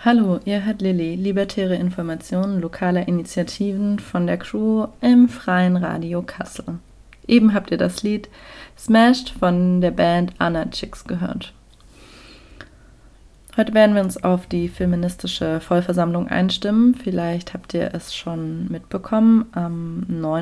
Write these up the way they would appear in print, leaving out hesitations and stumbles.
Hallo, ihr hört Lilly, libertäre Informationen lokaler Initiativen von der Crew im Freien Radio Kassel. Eben habt ihr das Lied Smashed von der Band Anna Chicks gehört. Heute werden wir uns auf die feministische Vollversammlung einstimmen. Vielleicht habt ihr es schon mitbekommen. Am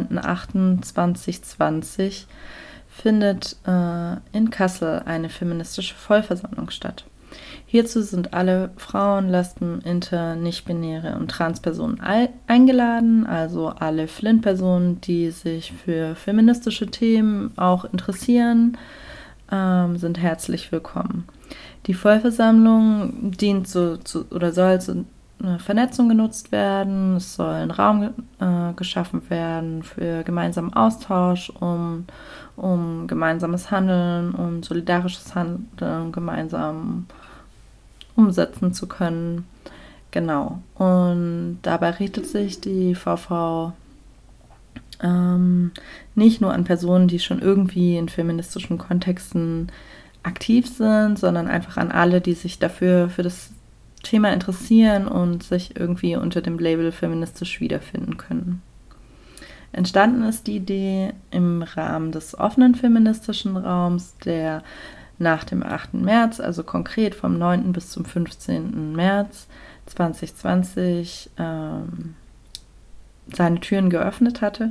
9.08.2020 findet in Kassel eine feministische Vollversammlung statt. Hierzu sind alle Frauen, Lesben, Inter-, Nicht-Binäre und Transpersonen eingeladen, also alle Flint-Personen, die sich für feministische Themen auch interessieren, sind herzlich willkommen. Die Vollversammlung dient soll zur Vernetzung genutzt werden, es soll ein Raum geschaffen werden für gemeinsamen Austausch, um gemeinsames Handeln und solidarisches Handeln gemeinsam umsetzen zu können. Genau. Und dabei richtet sich die VV nicht nur an Personen, die schon irgendwie in feministischen Kontexten aktiv sind, sondern einfach an alle, die sich für das Thema interessieren und sich irgendwie unter dem Label feministisch wiederfinden können. Entstanden ist die Idee im Rahmen des offenen feministischen Raums, der nach dem 8. März, also konkret vom 9. bis zum 15. März 2020 seine Türen geöffnet hatte.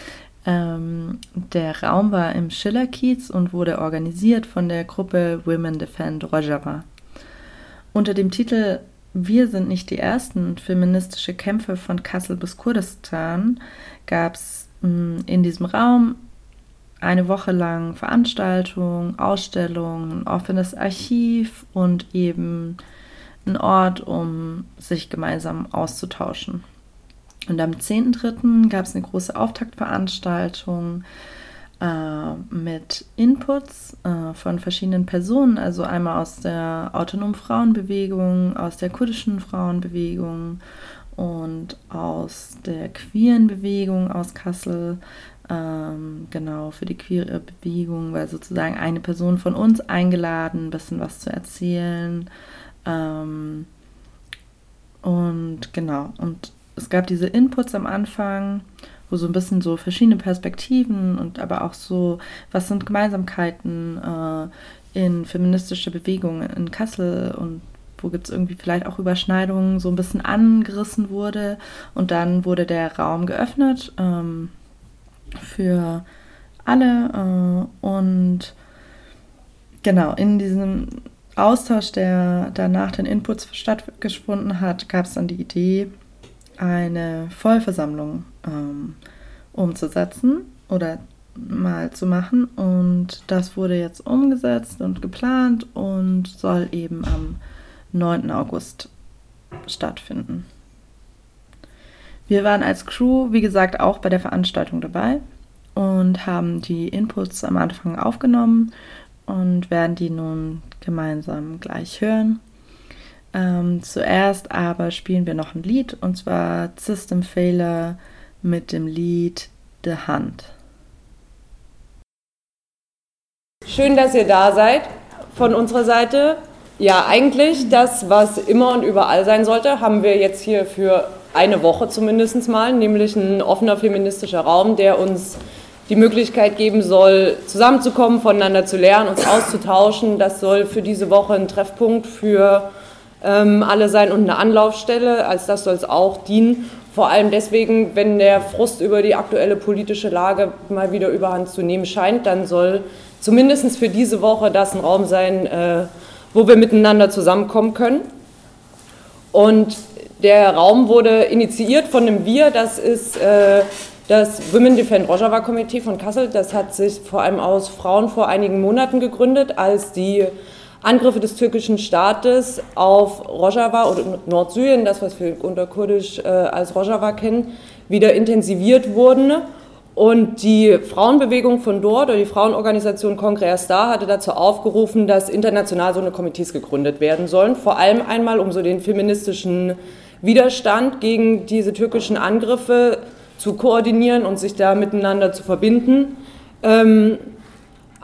Der Raum war im Schillerkiez und wurde organisiert von der Gruppe Women Defend Rojava. Unter dem Titel Wir sind nicht die Ersten, feministische Kämpfe von Kassel bis Kurdistan gab es in diesem Raum eine Woche lang Veranstaltungen, Ausstellungen, ein offenes Archiv und eben ein Ort, um sich gemeinsam auszutauschen. Und am 10.3. gab es eine große Auftaktveranstaltung mit Inputs von verschiedenen Personen, also einmal aus der autonomen Frauenbewegung, aus der kurdischen Frauenbewegung und aus der queeren Bewegung aus Kassel. Genau, für die queere Bewegung war sozusagen eine Person von uns eingeladen, ein bisschen was zu erzählen. Und genau, und es gab diese Inputs am Anfang, wo so ein bisschen so verschiedene Perspektiven und aber auch so, was sind Gemeinsamkeiten in feministischer Bewegung in Kassel und wo gibt es irgendwie vielleicht auch Überschneidungen, so ein bisschen angerissen wurde. Und dann wurde der Raum geöffnet für alle und genau, in diesem Austausch, der danach den Inputs stattgefunden hat, gab es dann die Idee, eine Vollversammlung umzusetzen oder mal zu machen, und das wurde jetzt umgesetzt und geplant und soll eben am 9. August stattfinden. Wir waren als Crew, wie gesagt, auch bei der Veranstaltung dabei und haben die Inputs am Anfang aufgenommen und werden die nun gemeinsam gleich hören. Zuerst aber spielen wir noch ein Lied, und zwar System Failure mit dem Lied The Hunt. Schön, dass ihr da seid von unserer Seite. Ja, eigentlich das, was immer und überall sein sollte, haben wir jetzt hier für eine Woche zumindest mal, nämlich ein offener feministischer Raum, der uns die Möglichkeit geben soll, zusammenzukommen, voneinander zu lernen, uns auszutauschen. Das soll für diese Woche ein Treffpunkt für alle sein und eine Anlaufstelle. Als das soll es auch dienen. Vor allem deswegen, wenn der Frust über die aktuelle politische Lage mal wieder überhand zu nehmen scheint, dann soll zumindest für diese Woche das ein Raum sein, wo wir miteinander zusammenkommen können. Und der Raum wurde initiiert von einem Wir, das ist das Women Defend Rojava Komitee von Kassel. Das hat sich vor allem aus Frauen vor einigen Monaten gegründet, als die Angriffe des türkischen Staates auf Rojava oder Nordsyrien, das was wir unter Kurdisch als Rojava kennen, wieder intensiviert wurden. Und die Frauenbewegung von dort oder die Frauenorganisation Kongre Star hatte dazu aufgerufen, dass international so eine Komitees gegründet werden sollen. Vor allem einmal, um so den feministischen Widerstand gegen diese türkischen Angriffe zu koordinieren und sich da miteinander zu verbinden.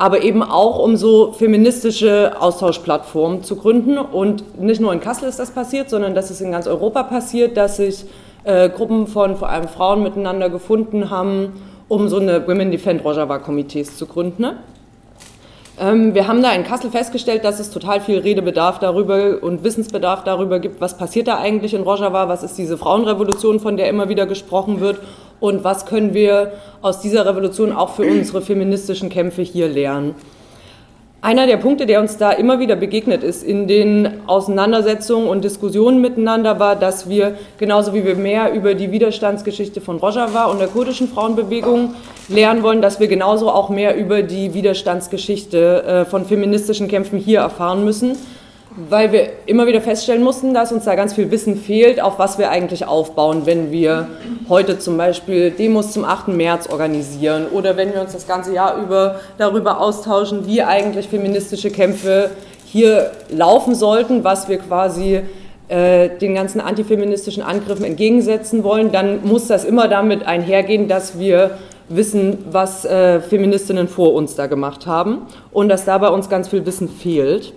aber eben auch um so feministische Austauschplattformen zu gründen. Und nicht nur in Kassel ist das passiert, sondern dass es in ganz Europa passiert, dass sich Gruppen von vor allem Frauen miteinander gefunden haben, um so eine Women Defend Rojava-Komitees zu gründen. Wir haben da in Kassel festgestellt, dass es total viel Redebedarf darüber und Wissensbedarf darüber gibt, was passiert da eigentlich in Rojava, was ist diese Frauenrevolution, von der immer wieder gesprochen wird, und was können wir aus dieser Revolution auch für unsere feministischen Kämpfe hier lernen. Einer der Punkte, der uns da immer wieder begegnet ist in den Auseinandersetzungen und Diskussionen miteinander, war, dass wir, genauso wie wir mehr über die Widerstandsgeschichte von Rojava und der kurdischen Frauenbewegung lernen wollen, dass wir genauso auch mehr über die Widerstandsgeschichte von feministischen Kämpfen hier erfahren müssen, weil wir immer wieder feststellen mussten, dass uns da ganz viel Wissen fehlt, auf was wir eigentlich aufbauen, wenn wir heute zum Beispiel Demos zum 8. März organisieren oder wenn wir uns das ganze Jahr über darüber austauschen, wie eigentlich feministische Kämpfe hier laufen sollten, was wir quasi den ganzen antifeministischen Angriffen entgegensetzen wollen, dann muss das immer damit einhergehen, dass wir wissen, was Feministinnen vor uns da gemacht haben und dass dabei uns ganz viel Wissen fehlt.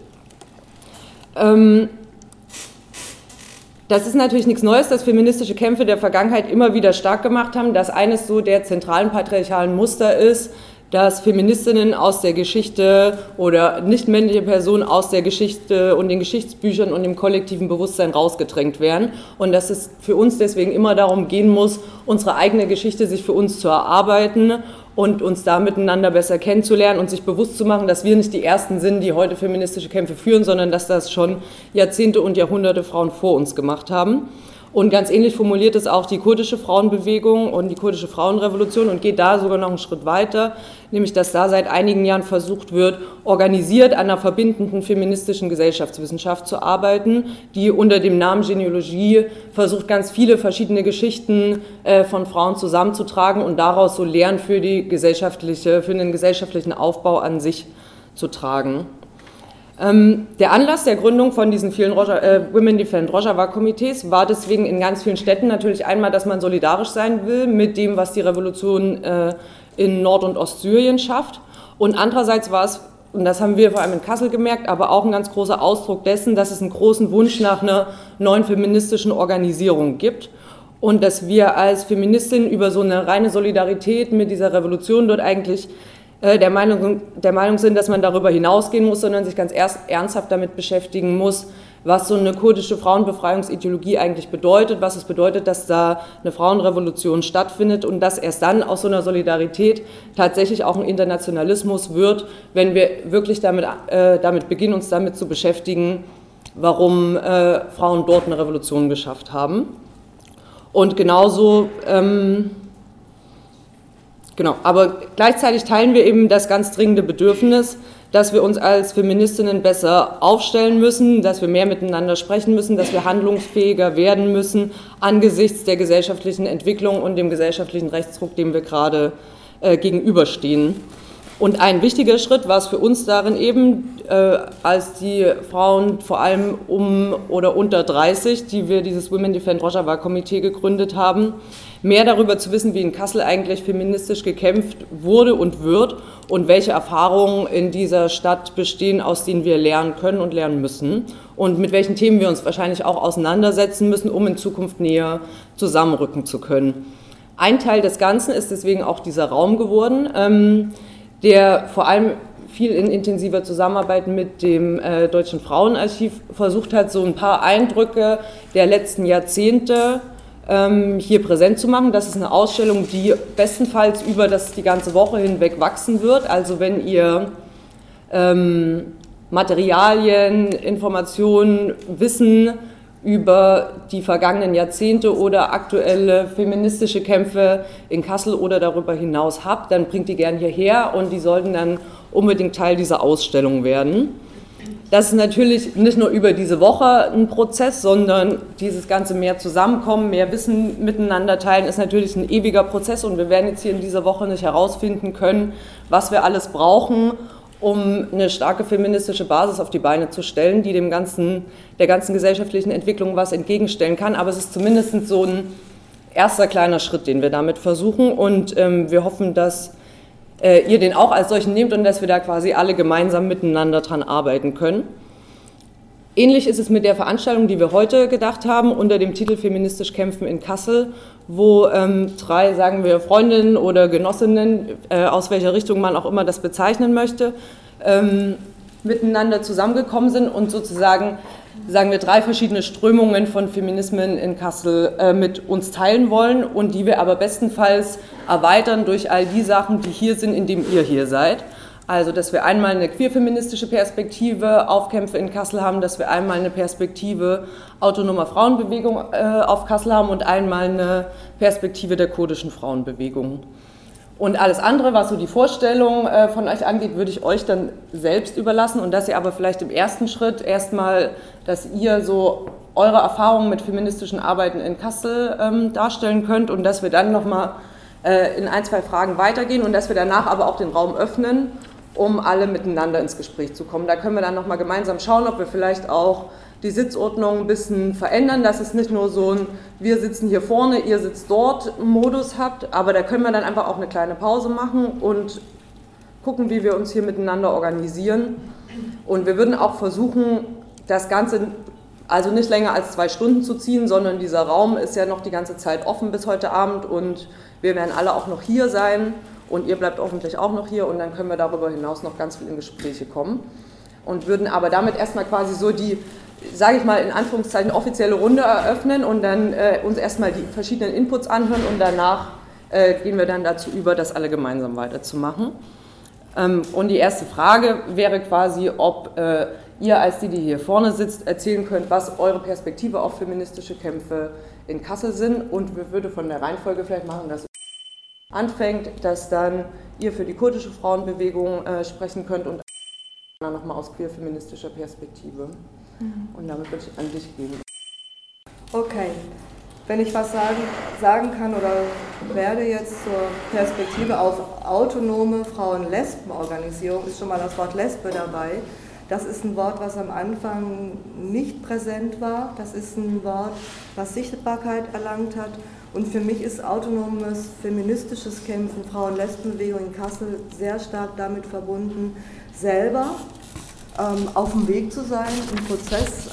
Das ist natürlich nichts Neues, dass feministische Kämpfe der Vergangenheit immer wieder stark gemacht haben, dass eines so der zentralen patriarchalen Muster ist, dass Feministinnen aus der Geschichte oder nicht-männliche Personen aus der Geschichte und den Geschichtsbüchern und dem kollektiven Bewusstsein rausgedrängt werden und dass es für uns deswegen immer darum gehen muss, unsere eigene Geschichte sich für uns zu erarbeiten und uns da miteinander besser kennenzulernen und sich bewusst zu machen, dass wir nicht die Ersten sind, die heute feministische Kämpfe führen, sondern dass das schon Jahrzehnte und Jahrhunderte Frauen vor uns gemacht haben. Und ganz ähnlich formuliert es auch die kurdische Frauenbewegung und die kurdische Frauenrevolution und geht da sogar noch einen Schritt weiter, nämlich dass da seit einigen Jahren versucht wird, organisiert an einer verbindenden feministischen Gesellschaftswissenschaft zu arbeiten, die unter dem Namen Genealogie versucht, ganz viele verschiedene Geschichten von Frauen zusammenzutragen und daraus so Lehren für den gesellschaftlichen Aufbau an sich zu tragen. Der Anlass der Gründung von diesen vielen Women Defend Rojava-Komitees war deswegen in ganz vielen Städten natürlich einmal, dass man solidarisch sein will mit dem, was die Revolution in Nord- und Ostsyrien schafft. Und andererseits war es, und das haben wir vor allem in Kassel gemerkt, aber auch ein ganz großer Ausdruck dessen, dass es einen großen Wunsch nach einer neuen feministischen Organisierung gibt. Und dass wir als Feministinnen über so eine reine Solidarität mit dieser Revolution dort eigentlich der Meinung sind, dass man darüber hinausgehen muss, sondern sich ganz ernsthaft damit beschäftigen muss, was so eine kurdische Frauenbefreiungsideologie eigentlich bedeutet, was es bedeutet, dass da eine Frauenrevolution stattfindet und dass erst dann aus so einer Solidarität tatsächlich auch ein Internationalismus wird, wenn wir wirklich damit beginnen, uns damit zu beschäftigen, warum Frauen dort eine Revolution geschafft haben. Und genauso aber gleichzeitig teilen wir eben das ganz dringende Bedürfnis, dass wir uns als Feministinnen besser aufstellen müssen, dass wir mehr miteinander sprechen müssen, dass wir handlungsfähiger werden müssen angesichts der gesellschaftlichen Entwicklung und dem gesellschaftlichen Rechtsdruck, dem wir gerade gegenüberstehen. Und ein wichtiger Schritt war es für uns darin eben, als die Frauen vor allem um oder unter 30, die wir dieses Women Defend Rojava Komitee gegründet haben, mehr darüber zu wissen, wie in Kassel eigentlich feministisch gekämpft wurde und wird und welche Erfahrungen in dieser Stadt bestehen, aus denen wir lernen können und lernen müssen und mit welchen Themen wir uns wahrscheinlich auch auseinandersetzen müssen, um in Zukunft näher zusammenrücken zu können. Ein Teil des Ganzen ist deswegen auch dieser Raum geworden, der vor allem viel in intensiver Zusammenarbeit mit dem Deutschen Frauenarchiv versucht hat, so ein paar Eindrücke der letzten Jahrzehnte hier präsent zu machen. Das ist eine Ausstellung, die bestenfalls über die ganze Woche hinweg wachsen wird. Also wenn ihr Materialien, Informationen, Wissen über die vergangenen Jahrzehnte oder aktuelle feministische Kämpfe in Kassel oder darüber hinaus habt, dann bringt die gern hierher und die sollten dann unbedingt Teil dieser Ausstellung werden. Das ist natürlich nicht nur über diese Woche ein Prozess, sondern dieses ganze mehr Zusammenkommen, mehr Wissen miteinander teilen, ist natürlich ein ewiger Prozess und wir werden jetzt hier in dieser Woche nicht herausfinden können, was wir alles brauchen, um eine starke feministische Basis auf die Beine zu stellen, die der ganzen gesellschaftlichen Entwicklung was entgegenstellen kann. Aber es ist zumindest so ein erster kleiner Schritt, den wir damit versuchen und wir hoffen, dass ihr den auch als solchen nehmt und dass wir da quasi alle gemeinsam miteinander dran arbeiten können. Ähnlich ist es mit der Veranstaltung, die wir heute gedacht haben, unter dem Titel Feministisch kämpfen in Kassel, wo 3, sagen wir, Freundinnen oder Genossinnen, aus welcher Richtung man auch immer das bezeichnen möchte, miteinander zusammengekommen sind und sozusagen, sagen wir, 3 verschiedene Strömungen von Feminismen in Kassel mit uns teilen wollen und die wir aber bestenfalls erweitern durch all die Sachen, die hier sind, indem ihr hier seid. Also, dass wir einmal eine queerfeministische Perspektive auf Kämpfe in Kassel haben, dass wir einmal eine Perspektive autonomer Frauenbewegung auf Kassel haben und einmal eine Perspektive der kurdischen Frauenbewegung. Und alles andere, was so die Vorstellung von euch angeht, würde ich euch dann selbst überlassen und dass ihr aber vielleicht im ersten Schritt erstmal, dass ihr so eure Erfahrungen mit feministischen Arbeiten in Kassel darstellen könnt und dass wir dann nochmal in 1, 2 Fragen weitergehen und dass wir danach aber auch den Raum öffnen, um alle miteinander ins Gespräch zu kommen. Da können wir dann nochmal gemeinsam schauen, ob wir vielleicht auch die Sitzordnung ein bisschen verändern, dass es nicht nur so ein wir sitzen hier vorne, ihr sitzt dort Modus habt, aber da können wir dann einfach auch eine kleine Pause machen und gucken, wie wir uns hier miteinander organisieren. Und wir würden auch versuchen, das Ganze also nicht länger als 2 Stunden zu ziehen, sondern dieser Raum ist ja noch die ganze Zeit offen bis heute Abend und wir werden alle auch noch hier sein. Und ihr bleibt hoffentlich auch noch hier und dann können wir darüber hinaus noch ganz viel in Gespräche kommen. Und würden aber damit erstmal quasi so die, sage ich mal in Anführungszeichen, offizielle Runde eröffnen und dann uns erstmal die verschiedenen Inputs anhören und danach gehen wir dann dazu über, das alle gemeinsam weiterzumachen. Und die erste Frage wäre quasi, ob ihr als die hier vorne sitzt, erzählen könnt, was eure Perspektive auf feministische Kämpfe in Kassel sind und wir würde von der Reihenfolge vielleicht machen, dass anfängt, dass dann ihr für die kurdische Frauenbewegung sprechen könnt und dann nochmal aus queer-feministischer Perspektive. Und damit würde ich an dich geben. Okay, wenn ich was sagen kann oder werde jetzt zur Perspektive auf autonome Frauen-Lesben-Organisierung, ist schon mal das Wort Lesbe dabei. Das ist ein Wort, was am Anfang nicht präsent war. Das ist ein Wort, was Sichtbarkeit erlangt hat. Und für mich ist autonomes feministisches Kämpfen, Frauen-Lesben-Bewegung in Kassel sehr stark damit verbunden, selber auf dem Weg zu sein, einen Prozess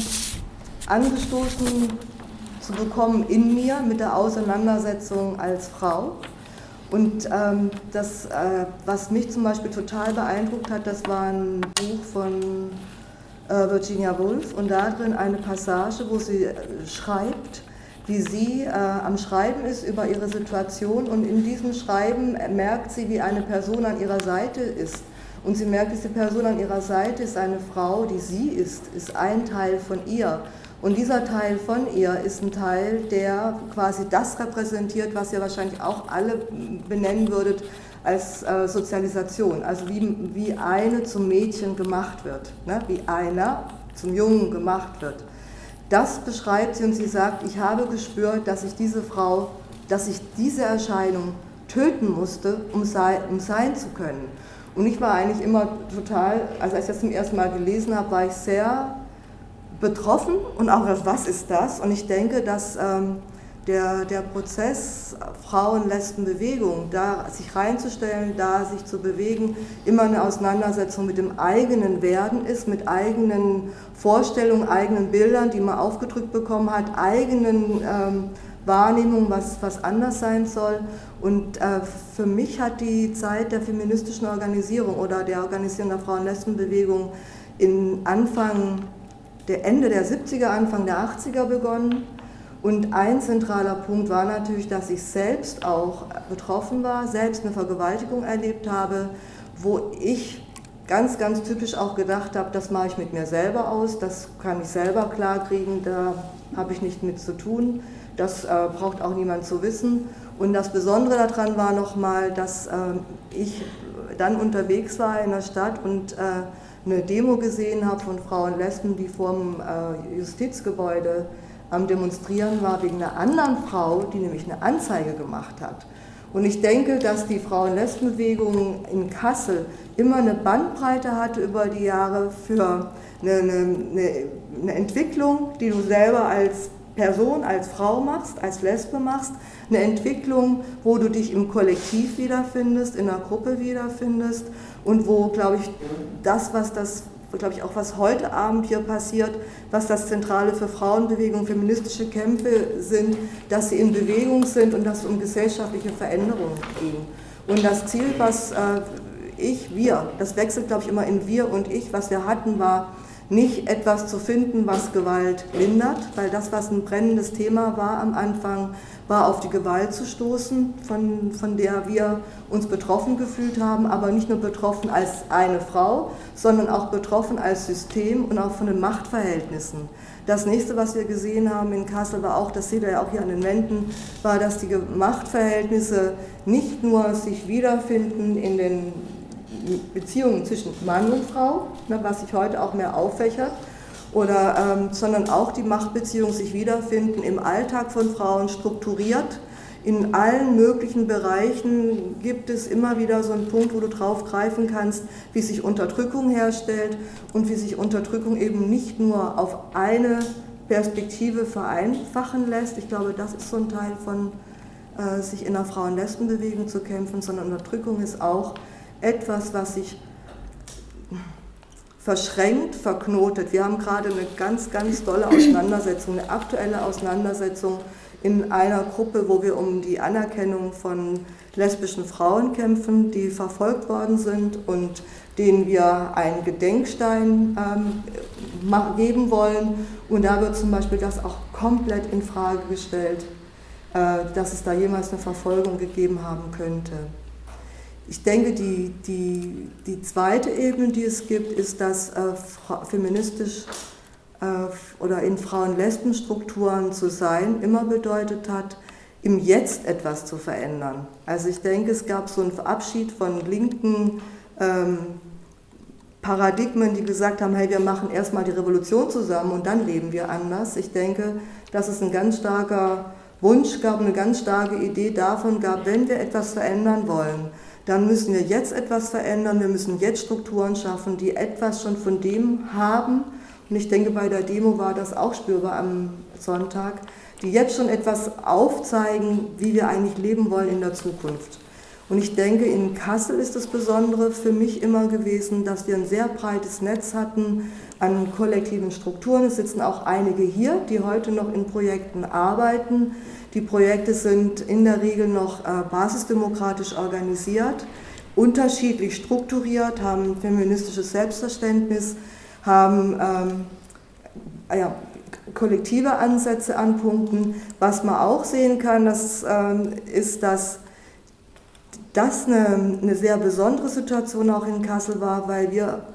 angestoßen zu bekommen in mir mit der Auseinandersetzung als Frau. Und das, was mich zum Beispiel total beeindruckt hat, das war ein Buch von Virginia Woolf und da drin eine Passage, wo sie schreibt, wie sie am Schreiben ist über ihre Situation und in diesem Schreiben merkt sie, wie eine Person an ihrer Seite ist. Und sie merkt, diese Person an ihrer Seite ist eine Frau, die sie ist ein Teil von ihr. Und dieser Teil von ihr ist ein Teil, der quasi das repräsentiert, was ihr wahrscheinlich auch alle benennen würdet als Sozialisation. Also wie eine zum Mädchen gemacht wird, ne? Wie einer zum Jungen gemacht wird. Das beschreibt sie und sie sagt, ich habe gespürt, dass ich diese Frau, dass ich diese Erscheinung töten musste, um sein zu können. Und ich war eigentlich immer total, also als ich das zum ersten Mal gelesen habe, war ich sehr betroffen und auch, was ist das? Und ich denke, dass der Prozess Frauen-Lesben-Bewegung, da sich reinzustellen, da sich zu bewegen, immer eine Auseinandersetzung mit dem eigenen Werden ist, mit eigenen Vorstellungen, eigenen Bildern, die man aufgedrückt bekommen hat, eigenen Wahrnehmungen, was anders sein soll. Und für mich hat die Zeit der feministischen Organisierung oder der Organisierung der Frauen-Lesben-Bewegung Ende der 70er, Anfang der 80er begonnen. Und ein zentraler Punkt war natürlich, dass ich selbst auch betroffen war, selbst eine Vergewaltigung erlebt habe, wo ich ganz, ganz typisch auch gedacht habe, das mache ich mit mir selber aus, das kann ich selber klarkriegen, da habe ich nichts mit zu tun, das braucht auch niemand zu wissen. Und das Besondere daran war nochmal, dass ich dann unterwegs war in der Stadt und eine Demo gesehen habe von Frauen Lesben, die vor dem Justizgebäude am Demonstrieren war wegen einer anderen Frau, die nämlich eine Anzeige gemacht hat. Und ich denke, dass die Frauen-Lesben-Bewegung in Kassel immer eine Bandbreite hatte über die Jahre für eine Entwicklung, die du selber als Person, als Frau machst, als Lesbe machst, eine Entwicklung, wo du dich im Kollektiv wiederfindest, in einer Gruppe wiederfindest und wo, glaube ich, was heute Abend hier passiert, was das Zentrale für Frauenbewegung, feministische Kämpfe sind, dass sie in Bewegung sind und dass es um gesellschaftliche Veränderungen ging. Und das Ziel, was das wechselt, glaube ich, immer in wir und ich, was wir hatten, war, nicht etwas zu finden, was Gewalt lindert, weil das, was ein brennendes Thema war am Anfang, war auf die Gewalt zu stoßen, von der wir uns betroffen gefühlt haben, aber nicht nur betroffen als eine Frau, sondern auch betroffen als System und auch von den Machtverhältnissen. Das nächste, was wir gesehen haben in Kassel, war auch, das seht ihr ja auch hier an den Wänden, war, dass die Machtverhältnisse nicht nur sich wiederfinden in den Beziehungen zwischen Mann und Frau, was sich heute auch mehr auffächert, sondern auch die Machtbeziehungen sich wiederfinden im Alltag von Frauen strukturiert. In allen möglichen Bereichen gibt es immer wieder so einen Punkt, wo du drauf greifen kannst, wie sich Unterdrückung herstellt und wie sich Unterdrückung eben nicht nur auf eine Perspektive vereinfachen lässt. Ich glaube, das ist so ein Teil von sich in einer Frauen-Lesben-Bewegung zu kämpfen, sondern Unterdrückung ist auch etwas, was sich verschränkt, verknotet. Wir haben gerade eine ganz, ganz tolle Auseinandersetzung, eine aktuelle Auseinandersetzung in einer Gruppe, wo wir um die Anerkennung von lesbischen Frauen kämpfen, die verfolgt worden sind und denen wir einen Gedenkstein geben wollen. Und da wird zum Beispiel das auch komplett in Frage gestellt, dass es da jemals eine Verfolgung gegeben haben könnte. Ich denke, die zweite Ebene, die es gibt, ist, dass feministisch oder in Frauen-Lesben-Strukturen zu sein immer bedeutet hat, im Jetzt etwas zu verändern. Also ich denke, es gab so einen Abschied von linken Paradigmen, die gesagt haben, hey, wir machen erstmal die Revolution zusammen und dann leben wir anders. Ich denke, dass es ein ganz starker Wunsch gab, eine ganz starke Idee davon gab, wenn wir etwas verändern wollen, dann müssen wir jetzt etwas verändern, wir müssen jetzt Strukturen schaffen, die etwas schon von dem haben. Und ich denke, bei der Demo war das auch spürbar am Sonntag, die jetzt schon etwas aufzeigen, wie wir eigentlich leben wollen in der Zukunft. Und ich denke, in Kassel ist das Besondere für mich immer gewesen, dass wir ein sehr breites Netz hatten an kollektiven Strukturen. Es sitzen auch einige hier, die heute noch in Projekten arbeiten. Die Projekte sind in der Regel noch basisdemokratisch organisiert, unterschiedlich strukturiert, haben feministisches Selbstverständnis, haben kollektive Ansätze an Punkten. Was man auch sehen kann, ist, dass das eine sehr besondere Situation auch in Kassel war, weil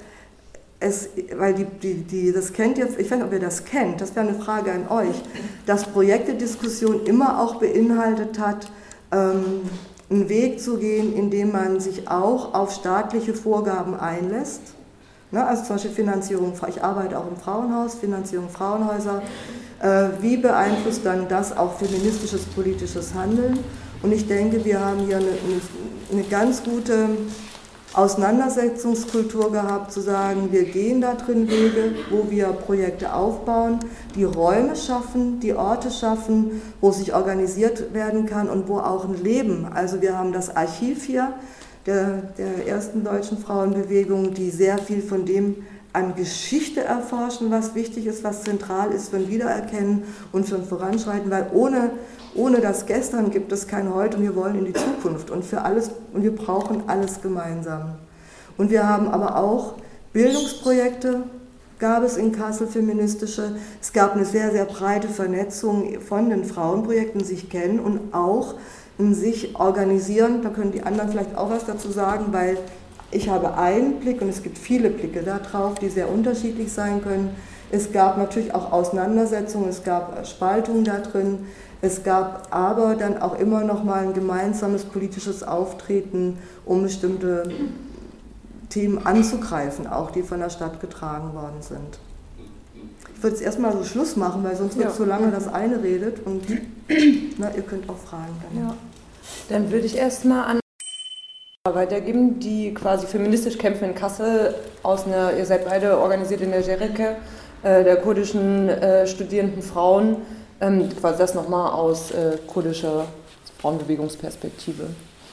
das kennt ihr, ich weiß nicht, ob ihr das kennt, das wäre eine Frage an euch, dass Projektediskussion immer auch beinhaltet hat, einen Weg zu gehen, in dem man sich auch auf staatliche Vorgaben einlässt. Also zum Beispiel Finanzierung, ich arbeite auch im Frauenhaus, Finanzierung Frauenhäuser. Wie beeinflusst dann das auch feministisches, politisches Handeln? Und ich denke, wir haben hier eine ganz gute Auseinandersetzungskultur gehabt, zu sagen, wir gehen da drin Wege, wo wir Projekte aufbauen, die Räume schaffen, die Orte schaffen, wo sich organisiert werden kann und wo auch ein Leben. Also wir haben das Archiv hier der ersten deutschen Frauenbewegung, die sehr viel von dem an Geschichte erforschen, was wichtig ist, was zentral ist für ein Wiedererkennen und für ein Voranschreiten, weil ohne das Gestern gibt es kein Heute und wir wollen in die Zukunft und wir brauchen alles gemeinsam. Und wir haben aber auch Bildungsprojekte, gab es in Kassel feministische, es gab eine sehr, sehr breite Vernetzung von den Frauenprojekten, sich kennen und auch in sich organisieren, da können die anderen vielleicht auch was dazu sagen, weil ich habe einen Blick und es gibt viele Blicke darauf, die sehr unterschiedlich sein können. Es gab natürlich auch Auseinandersetzungen, es gab Spaltungen da drin, es gab aber dann auch immer noch mal ein gemeinsames politisches Auftreten, um bestimmte Themen anzugreifen, auch die von der Stadt getragen worden sind. Ich würde jetzt erstmal so Schluss machen, weil sonst wird es so lange das eine redet und ihr könnt auch fragen dann. Ja. Dann würde ich erstmal an weitergeben, die quasi feministisch kämpfen in Kassel ihr seid beide organisiert in der Jereke, der kurdischen studierenden Frauen. Quasi das nochmal aus kurdischer Frauenbewegungsperspektive.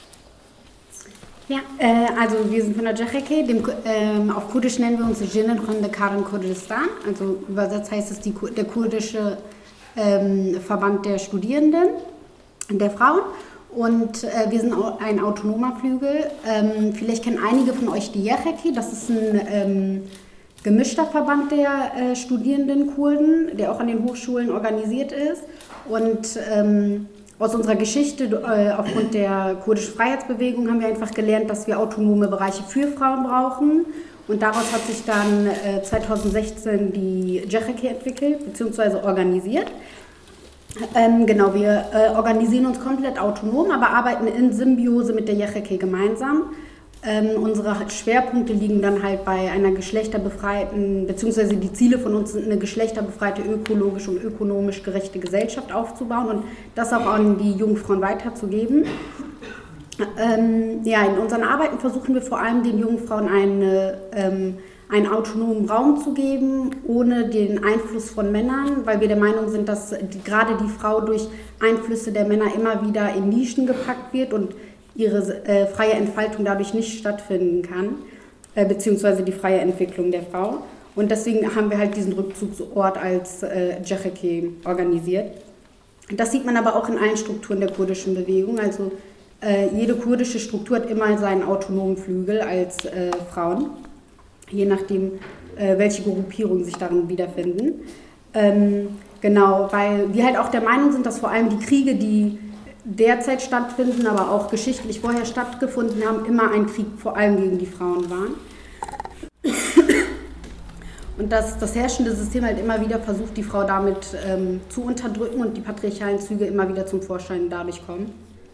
Ja, also wir sind von der JHK, auf Kurdisch nennen wir uns Jinnen Khan Kurdistan, also übersetzt heißt es der kurdische Verband der Studierenden, der Frauen. Und wir sind ein autonomer Flügel. Vielleicht kennen einige von euch die JHK, das ist ein gemischter Verband der studierenden Kurden, der auch an den Hochschulen organisiert ist. Und aus unserer Geschichte, aufgrund der kurdischen Freiheitsbewegung, haben wir einfach gelernt, dass wir autonome Bereiche für Frauen brauchen. Und daraus hat sich dann 2016 die JHK entwickelt bzw. organisiert. Genau, wir organisieren uns komplett autonom, aber arbeiten in Symbiose mit der JHK gemeinsam. Unsere Schwerpunkte liegen dann halt bei einer geschlechterbefreiten, beziehungsweise die Ziele von uns sind, eine geschlechterbefreite, ökologisch und ökonomisch gerechte Gesellschaft aufzubauen und das auch an die jungen Frauen weiterzugeben. Ja, in unseren Arbeiten versuchen wir vor allem den jungen Frauen einen autonomen Raum zu geben, ohne den Einfluss von Männern, weil wir der Meinung sind, dass gerade die Frau durch Einflüsse der Männer immer wieder in Nischen gepackt wird und ihre freie Entfaltung dadurch nicht stattfinden kann, beziehungsweise die freie Entwicklung der Frau. Und deswegen haben wir halt diesen Rückzugsort als JHK organisiert. Das sieht man aber auch in allen Strukturen der kurdischen Bewegung. Also jede kurdische Struktur hat immer seinen autonomen Flügel als Frauen, je nachdem, welche Gruppierungen sich darin wiederfinden. Genau, weil wir halt auch der Meinung sind, dass vor allem die Kriege, die derzeit stattfinden, aber auch geschichtlich vorher stattgefunden haben, immer ein Krieg vor allem gegen die Frauen waren. Und dass das herrschende System halt immer wieder versucht, die Frau damit zu unterdrücken und die patriarchalen Züge immer wieder zum Vorschein dadurch kommen.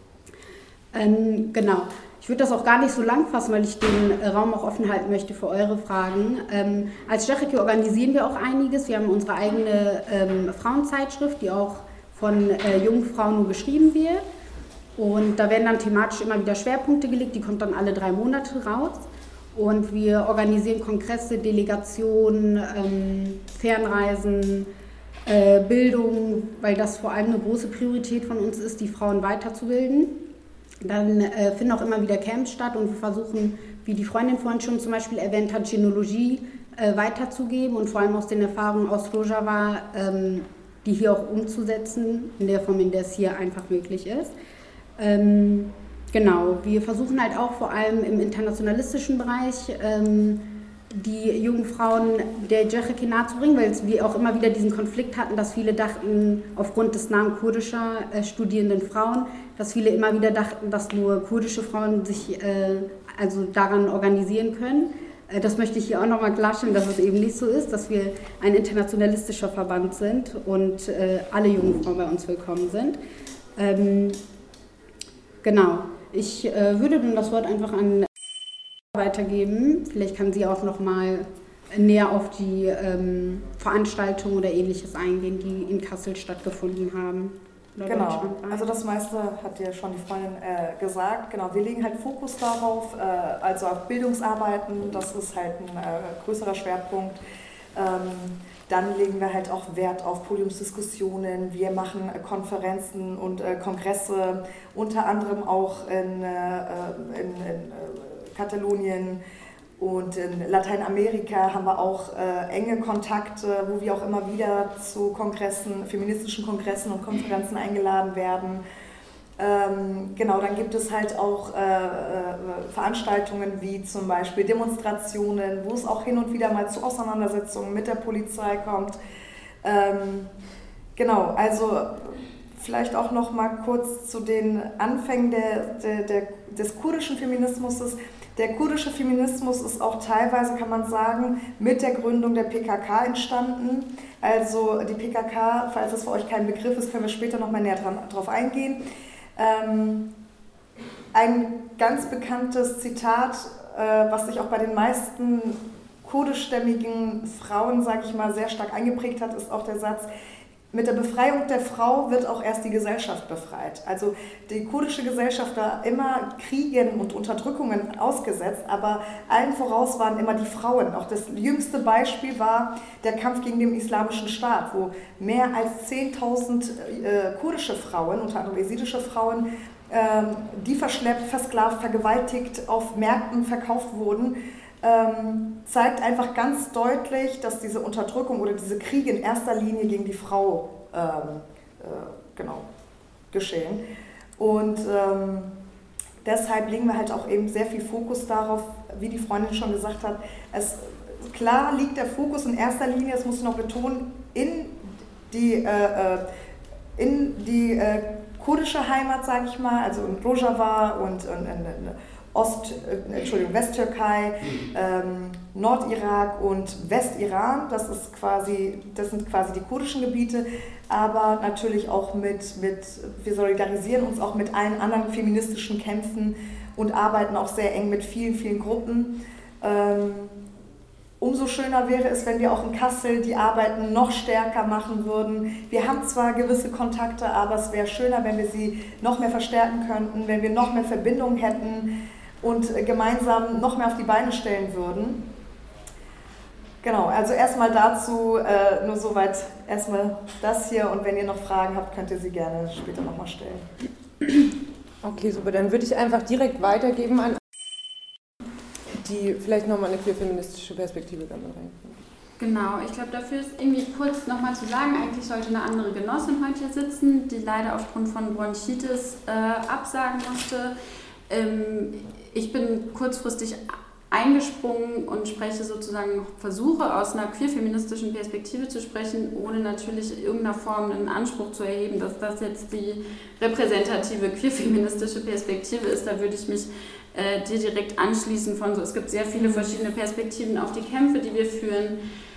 Genau. Ich würde das auch gar nicht so lang fassen, weil ich den Raum auch offen halten möchte für eure Fragen. Als JHK organisieren wir auch einiges. Wir haben unsere eigene Frauenzeitschrift, die auch von jungen Frauen nur geschrieben wird. Und da werden dann thematisch immer wieder Schwerpunkte gelegt, die kommt dann alle 3 Monate raus. Und wir organisieren Kongresse, Delegationen, Fernreisen, Bildung, weil das vor allem eine große Priorität von uns ist, die Frauen weiterzubilden. Dann finden auch immer wieder Camps statt und wir versuchen, wie die Freundin vorhin schon zum Beispiel erwähnt hat, Genealogie weiterzugeben und vor allem aus den Erfahrungen aus Rojava, die hier auch umzusetzen, in der Form, in der es hier einfach möglich ist. Genau, wir versuchen halt auch vor allem im internationalistischen Bereich die jungen Frauen der JHK nahezubringen, weil wir auch immer wieder diesen Konflikt hatten, dass viele dachten, aufgrund des Namens kurdischer studierenden Frauen, dass viele immer wieder dachten, dass nur kurdische Frauen sich also daran organisieren können. Das möchte ich hier auch nochmal klarstellen, dass es eben nicht so ist, dass wir ein internationalistischer Verband sind und alle jungen Frauen bei uns willkommen sind. Genau, ich würde nun das Wort einfach an weitergeben. Vielleicht kann sie auch noch mal näher auf die Veranstaltungen oder Ähnliches eingehen, die in Kassel stattgefunden haben. Genau, also das meiste hat ja schon die Freundin gesagt. Genau, wir legen halt Fokus darauf, also auf Bildungsarbeiten, das ist halt ein größerer Schwerpunkt. Dann legen wir halt auch Wert auf Podiumsdiskussionen. Wir machen Konferenzen und Kongresse, unter anderem auch in Katalonien und in Lateinamerika haben wir auch enge Kontakte, wo wir auch immer wieder zu Kongressen, feministischen Kongressen und Konferenzen eingeladen werden. Genau, dann gibt es halt auch Veranstaltungen wie zum Beispiel Demonstrationen, wo es auch hin und wieder mal zu Auseinandersetzungen mit der Polizei kommt. Genau, also vielleicht auch noch mal kurz zu den Anfängen des kurdischen Feminismus. Der kurdische Feminismus ist auch teilweise, kann man sagen, mit der Gründung der PKK entstanden. Also die PKK, falls das für euch kein Begriff ist, können wir später noch mal näher drauf eingehen. Ein ganz bekanntes Zitat, was sich auch bei den meisten kurdischstämmigen Frauen, sage ich mal, sehr stark eingeprägt hat, ist auch der Satz: mit der Befreiung der Frau wird auch erst die Gesellschaft befreit. Also die kurdische Gesellschaft war immer Kriegen und Unterdrückungen ausgesetzt, aber allen voraus waren immer die Frauen. Auch das jüngste Beispiel war der Kampf gegen den Islamischen Staat, wo mehr als 10.000 kurdische Frauen, unter anderem jesidische Frauen, die verschleppt, versklavt, vergewaltigt, auf Märkten verkauft wurden, zeigt einfach ganz deutlich, dass diese Unterdrückung oder diese Kriege in erster Linie gegen die Frau geschehen. Und deshalb legen wir halt auch eben sehr viel Fokus darauf, wie die Freundin schon gesagt hat. Klar liegt der Fokus in erster Linie, das muss ich noch betonen, in die kurdische Heimat, sage ich mal, also in Rojava und Westtürkei, Nordirak und Westiran, das sind quasi die kurdischen Gebiete, aber natürlich auch wir solidarisieren uns auch mit allen anderen feministischen Kämpfen und arbeiten auch sehr eng mit vielen, vielen Gruppen. Umso schöner wäre es, wenn wir auch in Kassel die Arbeiten noch stärker machen würden. Wir haben zwar gewisse Kontakte, aber es wäre schöner, wenn wir sie noch mehr verstärken könnten, wenn wir noch mehr Verbindungen hätten und gemeinsam noch mehr auf die Beine stellen würden. Genau, also erstmal dazu, nur soweit erstmal das hier, und wenn ihr noch Fragen habt, könnt ihr sie gerne später nochmal stellen. Okay, super, dann würde ich einfach direkt weitergeben an die vielleicht nochmal eine queer-feministische Perspektive damit reinbringen. Genau, ich glaube, dafür ist irgendwie kurz nochmal zu sagen, eigentlich sollte eine andere Genossin heute hier sitzen, die leider aufgrund von Bronchitis absagen musste. Ich bin kurzfristig eingesprungen und spreche sozusagen, versuche aus einer queer-feministischen Perspektive zu sprechen, ohne natürlich in irgendeiner Form einen Anspruch zu erheben, dass das jetzt die repräsentative queer-feministische Perspektive ist. Da würde ich mich dir direkt anschließen von so, es gibt sehr viele verschiedene Perspektiven auf die Kämpfe, die wir führen.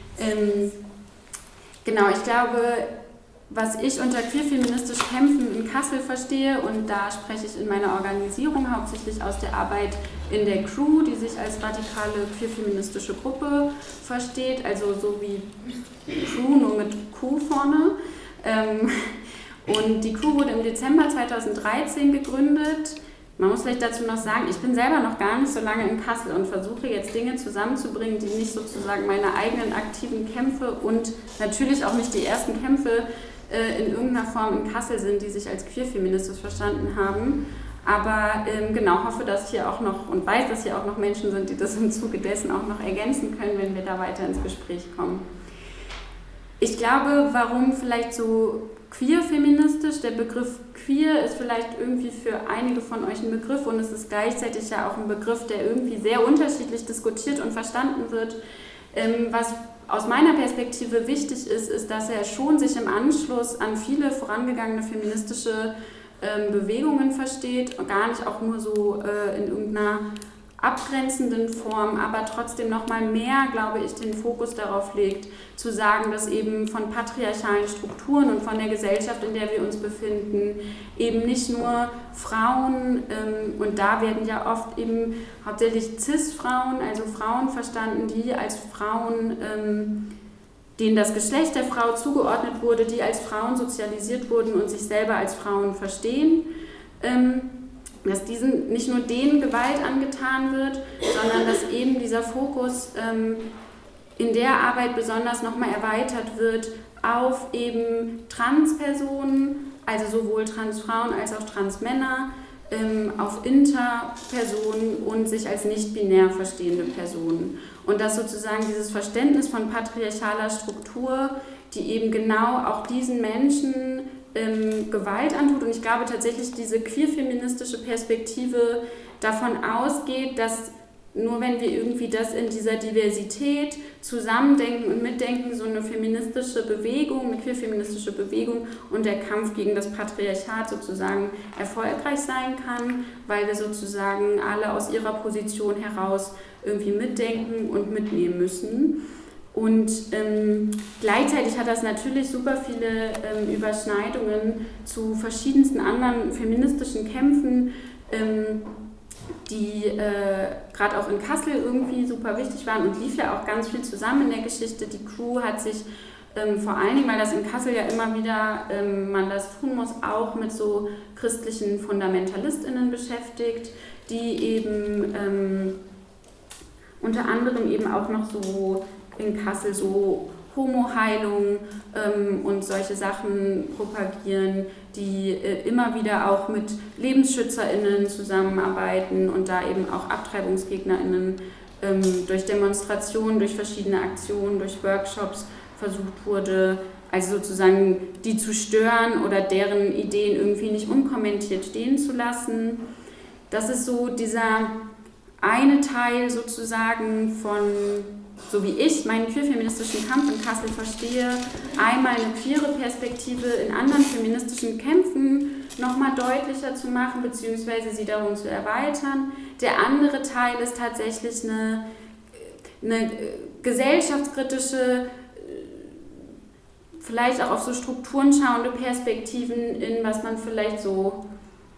Genau, ich glaube, was ich unter queer-feministisch Kämpfen in Kassel verstehe, und da spreche ich in meiner Organisation hauptsächlich aus der Arbeit in der Crew, die sich als radikale queer-feministische Gruppe versteht, also so wie Crew, nur mit Q vorne. Und die Crew wurde im Dezember 2013 gegründet. Man muss vielleicht dazu noch sagen, ich bin selber noch gar nicht so lange in Kassel und versuche jetzt Dinge zusammenzubringen, die nicht sozusagen meine eigenen aktiven Kämpfe und natürlich auch nicht die ersten Kämpfe in irgendeiner Form in Kassel sind, die sich als queer-feministisch verstanden haben. Aber genau, hoffe, dass hier auch noch und weiß, dass hier auch noch Menschen sind, die das im Zuge dessen auch noch ergänzen können, wenn wir da weiter ins Gespräch kommen. Ich glaube, warum vielleicht so queer-feministisch, der Begriff queer ist vielleicht irgendwie für einige von euch ein Begriff und es ist gleichzeitig ja auch ein Begriff, der irgendwie sehr unterschiedlich diskutiert und verstanden wird. Was aus meiner Perspektive wichtig ist, ist, dass er schon sich im Anschluss an viele vorangegangene feministische Bewegungen versteht und gar nicht auch nur so in irgendeiner abgrenzenden Form, aber trotzdem nochmal mehr, glaube ich, den Fokus darauf legt, zu sagen, dass eben von patriarchalen Strukturen und von der Gesellschaft, in der wir uns befinden, eben nicht nur Frauen, und da werden ja oft eben hauptsächlich Cis-Frauen, also Frauen verstanden, die als Frauen, denen das Geschlecht der Frau zugeordnet wurde, die als Frauen sozialisiert wurden und sich selber als Frauen verstehen, dass diesen nicht nur denen Gewalt angetan wird, sondern dass eben dieser Fokus in der Arbeit besonders nochmal erweitert wird auf eben Transpersonen, also sowohl Transfrauen als auch Transmänner, auf Interpersonen und sich als nicht-binär verstehende Personen. Und dass sozusagen dieses Verständnis von patriarchaler Struktur, die eben genau auch diesen Menschen Gewalt antut. Und ich glaube tatsächlich, diese queer-feministische Perspektive davon ausgeht, dass nur wenn wir irgendwie das in dieser Diversität zusammendenken und mitdenken, so eine feministische Bewegung, eine queer-feministische Bewegung und der Kampf gegen das Patriarchat sozusagen erfolgreich sein kann, weil wir sozusagen alle aus ihrer Position heraus irgendwie mitdenken und mitnehmen müssen. Und gleichzeitig hat das natürlich super viele Überschneidungen zu verschiedensten anderen feministischen Kämpfen, die gerade auch in Kassel irgendwie super wichtig waren und lief ja auch ganz viel zusammen in der Geschichte. Die Crew hat sich vor allen Dingen, weil das in Kassel ja immer wieder man das tun muss, auch mit so christlichen FundamentalistInnen beschäftigt, die eben unter anderem eben auch noch so in Kassel so Homo-Heilung und solche Sachen propagieren, die immer wieder auch mit LebensschützerInnen zusammenarbeiten und da eben auch AbtreibungsgegnerInnen durch Demonstrationen, durch verschiedene Aktionen, durch Workshops versucht wurde, also sozusagen die zu stören oder deren Ideen irgendwie nicht unkommentiert stehen zu lassen. Das ist so dieser eine Teil sozusagen von, so wie ich meinen queer-feministischen Kampf in Kassel verstehe, einmal eine queere Perspektive in anderen feministischen Kämpfen nochmal deutlicher zu machen, beziehungsweise sie darum zu erweitern. Der andere Teil ist tatsächlich eine gesellschaftskritische, vielleicht auch auf so Strukturen schauende Perspektiven in was man vielleicht so,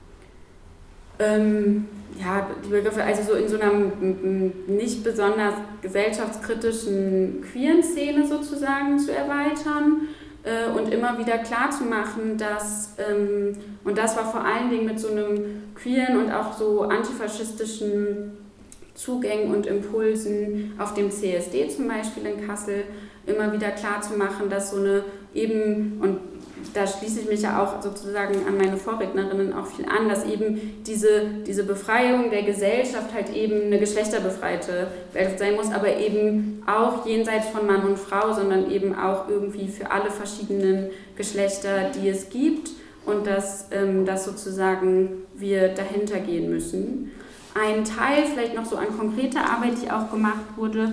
die Begriffe, also so in so einer nicht besonders gesellschaftskritischen queeren Szene sozusagen zu erweitern und immer wieder klarzumachen, dass, und das war vor allen Dingen mit so einem queeren und auch so antifaschistischen Zugängen und Impulsen auf dem CSD zum Beispiel in Kassel, immer wieder klarzumachen, dass so eine eben, und da schließe ich mich ja auch sozusagen an meine Vorrednerinnen auch viel an, dass eben diese Befreiung der Gesellschaft halt eben eine geschlechterbefreite Welt sein muss, aber eben auch jenseits von Mann und Frau, sondern eben auch irgendwie für alle verschiedenen Geschlechter, die es gibt, und dass sozusagen wir dahinter gehen müssen. Ein Teil vielleicht noch so an konkreter Arbeit, die auch gemacht wurde,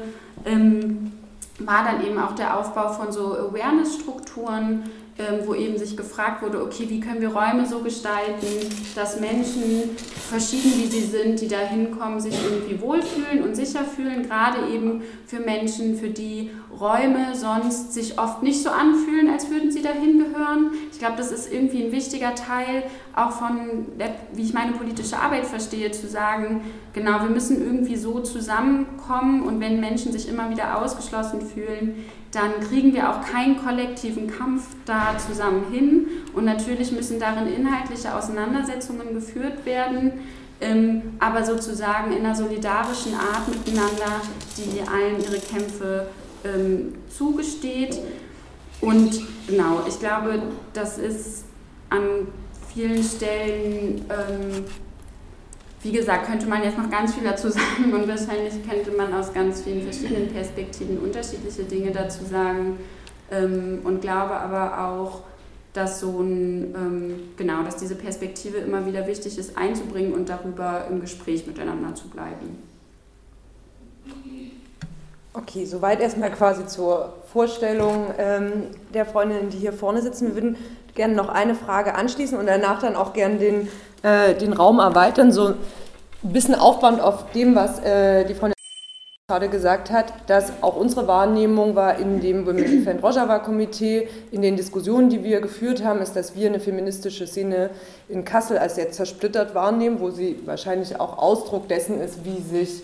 war dann eben auch der Aufbau von so Awareness-Strukturen, wo eben sich gefragt wurde, okay, wie können wir Räume so gestalten, dass Menschen, verschieden wie sie sind, die da hinkommen, sich irgendwie wohlfühlen und sicher fühlen, gerade eben für Menschen, für die Räume sonst sich oft nicht so anfühlen, als würden sie dahin gehören. Ich glaube, das ist irgendwie ein wichtiger Teil auch von, wie ich meine politische Arbeit verstehe, zu sagen, genau, wir müssen irgendwie so zusammenkommen, und wenn Menschen sich immer wieder ausgeschlossen fühlen, dann kriegen wir auch keinen kollektiven Kampf da zusammen hin, und natürlich müssen darin inhaltliche Auseinandersetzungen geführt werden, aber sozusagen in einer solidarischen Art miteinander, die allen ihre Kämpfe zugesteht. Und genau, ich glaube, das ist an vielen Stellen, wie gesagt, könnte man jetzt noch ganz viel dazu sagen, und wahrscheinlich könnte man aus ganz vielen verschiedenen Perspektiven unterschiedliche Dinge dazu sagen, und glaube aber auch, dass dass diese Perspektive immer wieder wichtig ist einzubringen und darüber im Gespräch miteinander zu bleiben. Okay, soweit erstmal quasi zur Vorstellung der Freundinnen, die hier vorne sitzen. Wir würden gerne noch eine Frage anschließen und danach dann auch gerne den Raum erweitern, so ein bisschen aufbauend auf dem, was die Freundin gerade gesagt hat, dass auch unsere Wahrnehmung war in dem Women Defend Rojava Komitee, in den Diskussionen, die wir geführt haben, ist, dass wir eine feministische Szene in Kassel als sehr zersplittert wahrnehmen, wo sie wahrscheinlich auch Ausdruck dessen ist, wie sich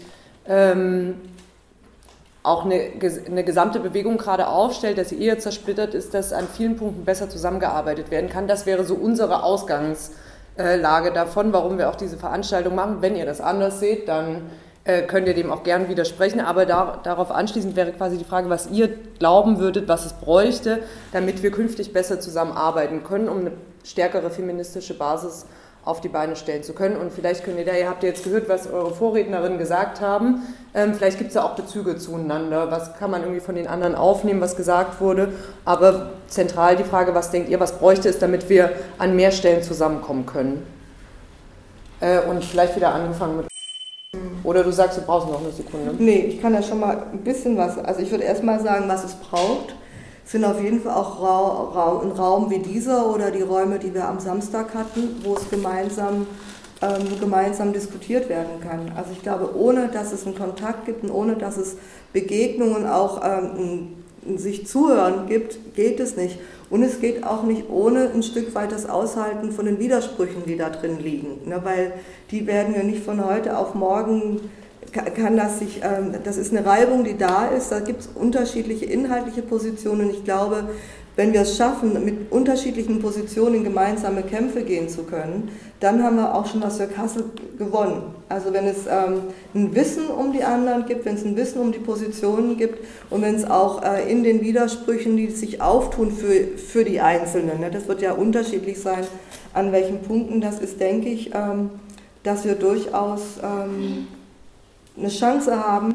auch eine gesamte Bewegung gerade aufstellt, dass sie eher zersplittert ist, dass an vielen Punkten besser zusammengearbeitet werden kann. Das wäre so unsere Ausgangslage davon, warum wir auch diese Veranstaltung machen. Wenn ihr das anders seht, dann könnt ihr dem auch gern widersprechen, aber darauf anschließend wäre quasi die Frage, was ihr glauben würdet, was es bräuchte, damit wir künftig besser zusammenarbeiten können, um eine stärkere feministische Basis auf die Beine stellen zu können. Und vielleicht könnt ihr habt ihr jetzt gehört, was eure Vorrednerinnen gesagt haben, vielleicht gibt es ja auch Bezüge zueinander, was kann man irgendwie von den anderen aufnehmen, was gesagt wurde, aber zentral die Frage, was denkt ihr, was bräuchte es, damit wir an mehr Stellen zusammenkommen können? Und vielleicht wieder angefangen mit... Oder du sagst, du brauchst noch eine Sekunde. Nee, ich kann ja schon mal ein bisschen was, also ich würde erstmal sagen, was es braucht, sind auf jeden Fall auch ein Raum wie dieser oder die Räume, die wir am Samstag hatten, wo es gemeinsam diskutiert werden kann. Also ich glaube, ohne dass es einen Kontakt gibt und ohne dass es Begegnungen auch sich zuhören gibt, geht es nicht. Und es geht auch nicht ohne ein Stück weit das Aushalten von den Widersprüchen, die da drin liegen. Ne, weil die werden ja nicht von heute auf morgen kann das sich, das ist eine Reibung, die da ist, da gibt es unterschiedliche inhaltliche Positionen und ich glaube, wenn wir es schaffen, mit unterschiedlichen Positionen in gemeinsame Kämpfe gehen zu können, dann haben wir auch schon was für Kassel gewonnen. Also wenn es ein Wissen um die anderen gibt, wenn es ein Wissen um die Positionen gibt und wenn es auch in den Widersprüchen, die sich auftun für die Einzelnen, ne, das wird ja unterschiedlich sein, an welchen Punkten das ist, denke ich, dass wir durchaus eine Chance haben,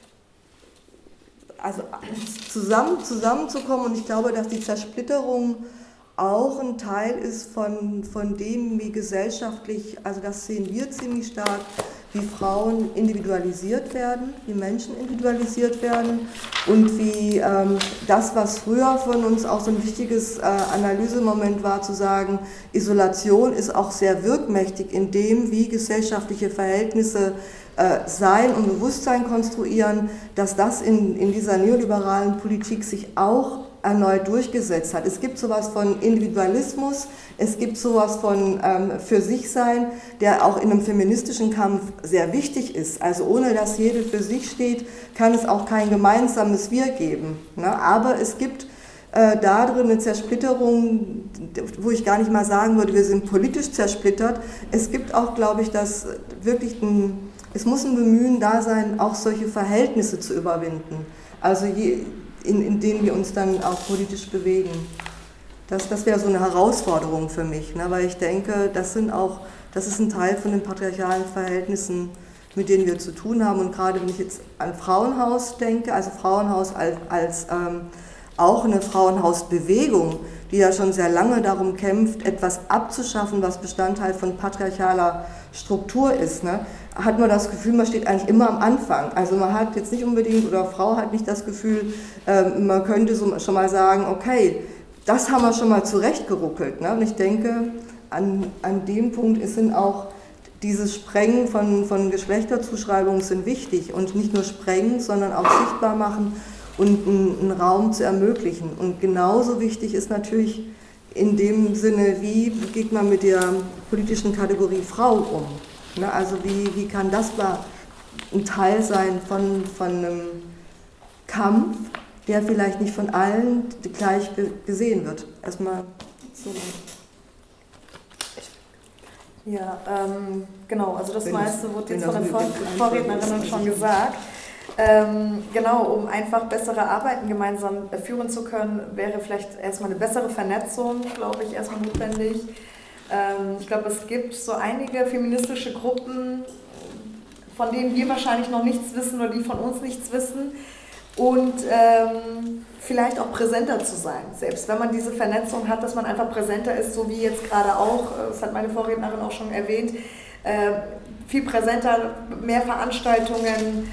also zusammenzukommen und ich glaube, dass die Zersplitterung auch ein Teil ist von dem, wie gesellschaftlich, also das sehen wir ziemlich stark, wie Frauen individualisiert werden, wie Menschen individualisiert werden und wie das, was früher von uns auch so ein wichtiges Analysemoment war, zu sagen, Isolation ist auch sehr wirkmächtig in dem, wie gesellschaftliche Verhältnisse Sein und Bewusstsein konstruieren, dass das in dieser neoliberalen Politik sich auch erneut durchgesetzt hat. Es gibt sowas von Individualismus, es gibt sowas von für sich sein, der auch in einem feministischen Kampf sehr wichtig ist. Also ohne dass jede für sich steht, kann es auch kein gemeinsames Wir geben. Ne? Aber es gibt da drin eine Zersplitterung, wo ich gar nicht mal sagen würde, wir sind politisch zersplittert. Es gibt auch, glaube ich, dass wirklich es muss ein Bemühen da sein, auch solche Verhältnisse zu überwinden. Also in denen wir uns dann auch politisch bewegen. Das wäre so eine Herausforderung für mich, ne? Weil ich denke, das ist ein Teil von den patriarchalen Verhältnissen, mit denen wir zu tun haben. Und gerade wenn ich jetzt an Frauenhaus denke, also Frauenhaus als auch eine Frauenhausbewegung, die ja schon sehr lange darum kämpft, etwas abzuschaffen, was Bestandteil von patriarchaler Struktur ist, ne? Hat man das Gefühl, man steht eigentlich immer am Anfang. Also man hat jetzt nicht unbedingt, oder Frau hat nicht das Gefühl, man könnte so schon mal sagen, okay, das haben wir schon mal zurechtgeruckelt. Ne? Und ich denke, an dem Punkt sind auch dieses Sprengen von Geschlechterzuschreibungen sind wichtig. Und nicht nur sprengen, sondern auch sichtbar machen und einen Raum zu ermöglichen. Und genauso wichtig ist natürlich in dem Sinne, wie geht man mit der politischen Kategorie Frau um? Ne, also wie kann das ein Teil sein von einem Kampf, der vielleicht nicht von allen gleich gesehen wird? Erstmal so. Ja, genau, also das meiste wurde jetzt von den Vorrednerinnen schon gesagt. Genau, um einfach bessere Arbeiten gemeinsam führen zu können, wäre vielleicht erstmal eine bessere Vernetzung, glaube ich, erstmal notwendig. Ich glaube, es gibt so einige feministische Gruppen, von denen wir wahrscheinlich noch nichts wissen oder die von uns nichts wissen und vielleicht auch präsenter zu sein. Selbst wenn man diese Vernetzung hat, dass man einfach präsenter ist, so wie jetzt gerade auch, das hat meine Vorrednerin auch schon erwähnt, viel präsenter, mehr Veranstaltungen,